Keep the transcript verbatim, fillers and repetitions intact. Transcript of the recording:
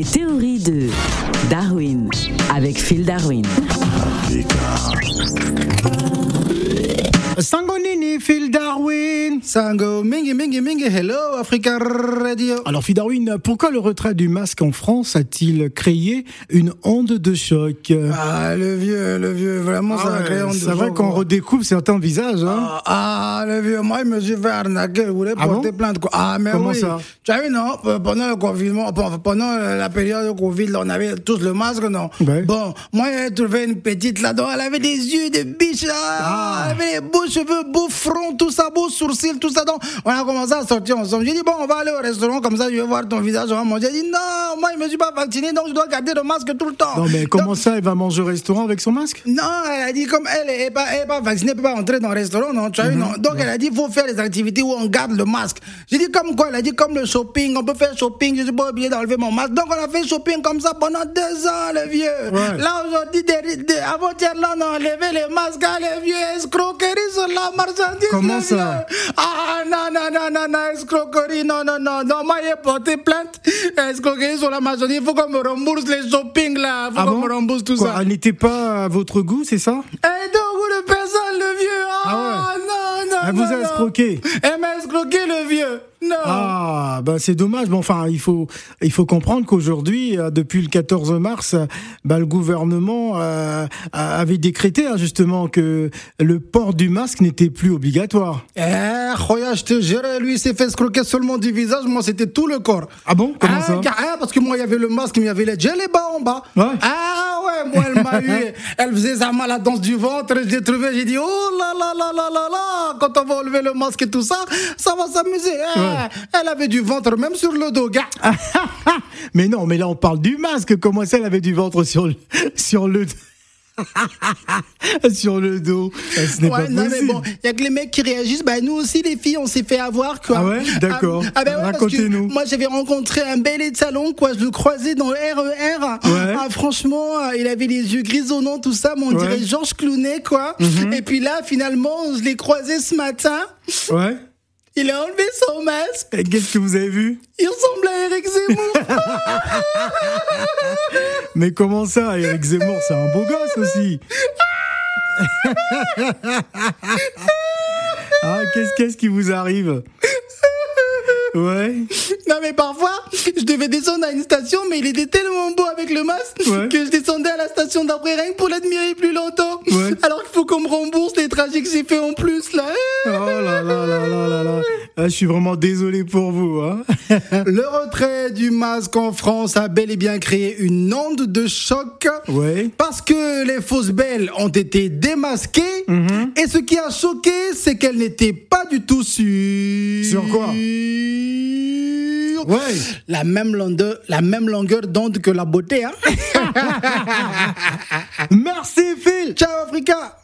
théories de Darwin avec Phil Darwin. Sangonini, Phil Darwin. Sango, mingi, mingi, mingi, hello, Africa Radio. Alors, Phil Darwin, pourquoi le retrait du masque en France a-t-il créé une onde de choc? Ah, le vieux, le vieux, vraiment, ah ça ouais, a créé une onde de choc. C'est vrai qu'on redécouvre certains visages, hein. Ah, ah, le vieux, moi, je me suis fait arnaquer, je voulais ah porter bon plainte, quoi. Ah, mais Comment oui. ça? Tu as vu, non, pendant le confinement, pendant la période de Covid, là, on avait tous le masque, non? Ouais. Bon, moi, j'ai trouvé une petite là-dedans, elle avait des yeux de biche, là. Ah. Elle avait des beaux cheveux, beaux front, tout ça, beaux sourcils, tout ça. Donc, on a commencé à sortir ensemble. J'ai dit, bon, on va aller au restaurant, comme ça, je vais voir ton visage, on va manger. J'ai dit, non, moi, je me suis pas vacciné, donc je dois garder le masque tout le temps. Non, mais comment donc, ça, elle va manger au restaurant avec son masque? Non, elle a dit, comme elle n'est pas, elle est pas vaccinée, elle ne peut pas entrer dans le restaurant, non, tu as vu, non. Donc, elle a dit, il faut faire des activités où on garde le masque. J'ai dit, comme quoi? Elle a dit, comme le shopping, on peut faire shopping, je ne suis pas obligé d'enlever mon masque. Donc, on a fait shopping comme ça pendant deux ans, le vieux. Ouais. Là, aujourd'hui, avant-hier, là, on a enlevé les masques, hein, les vieux, escroquerie sur la marchandise. Comment ça? Ah, non, non, non, non, non, escroquerie, non, non, non, non, moi, j'ai porté plainte, escroquerie sur la marchandise, il faut qu'on me rembourse les shopping, là, il faut Ah qu'on bon? me rembourse tout Quoi, ça. elle n'était pas à votre goût, c'est ça? Et donc, goût de personne, le vieux, ah, Ah ouais. non, non, Elle non, vous a non. escroqué? Elle m'a escroqué, le vieux, non. Ah, ben c'est dommage. Bon, enfin, il faut, il faut comprendre qu'aujourd'hui, euh, depuis le quatorze mars, ben, le gouvernement euh, avait décrété hein, justement que le port du masque n'était plus obligatoire. Eh, Khoya, je te jure, lui, il s'est fait escroquer seulement du visage, moi, c'était tout le corps. Ah bon? Comment ah, ça? car- ah, parce que moi, il y avait le masque, mais il y avait les gels bas en bas. Ouais. Ah ouais, moi, elle m'a eu. Elle faisait ça mal la danse du ventre. Je l'ai trouvé, j'ai dit, oh là là là là là là. Quand on va enlever le masque et tout ça, ça va s'amuser. Eh, Ouais. Elle avait du ventre même sur le dos, gars. Mais non, mais là on parle du masque. Comment ça, elle avait du ventre sur le, sur le, sur le dos? Ce n'est Ouais, pas non, mais possible. bon, il y a que les mecs qui réagissent. Bah, nous aussi, les filles, on s'est fait avoir, quoi. Ah ouais? D'accord. Ah, ah ben ouais, parce que Racontez-nous. moi, j'avais rencontré un bel de salon, quoi. Je le croisais dans le R E R. Ouais. Ah, franchement, euh, il avait les yeux grisonnants, tout ça. Mais on Ouais. dirait Georges Clooney, quoi. Et puis là, finalement, je l'ai croisé ce matin. Ouais. Il a enlevé son masque. Et qu'est-ce que vous avez vu? Il ressemble à Eric Zemmour. Mais comment ça? Eric Zemmour, c'est un beau gosse aussi. Ah, qu'est-ce, qu'est-ce qui vous arrive? Ouais. Non, mais parfois, je devais descendre à une station, mais il était tellement beau avec le masque Ouais. que je descendais à la station d'après rien que pour l'admirer plus longtemps. Ouais. Alors qu'il faut qu'on me rembourse les trajets que j'ai fait en plus, là. Oh là là là là là là. Ah, je suis vraiment désolé pour vous, hein. Le retrait du masque en France a bel et bien créé une onde de choc. Ouais. Parce que les fausses belles ont été démasquées. Mhm. Et ce qui a choqué, c'est qu'elles n'étaient pas du tout sûres. Sur quoi? Ouais. La même longueur, la même longueur d'onde que la beauté, hein. Merci Phil. Ciao Africa.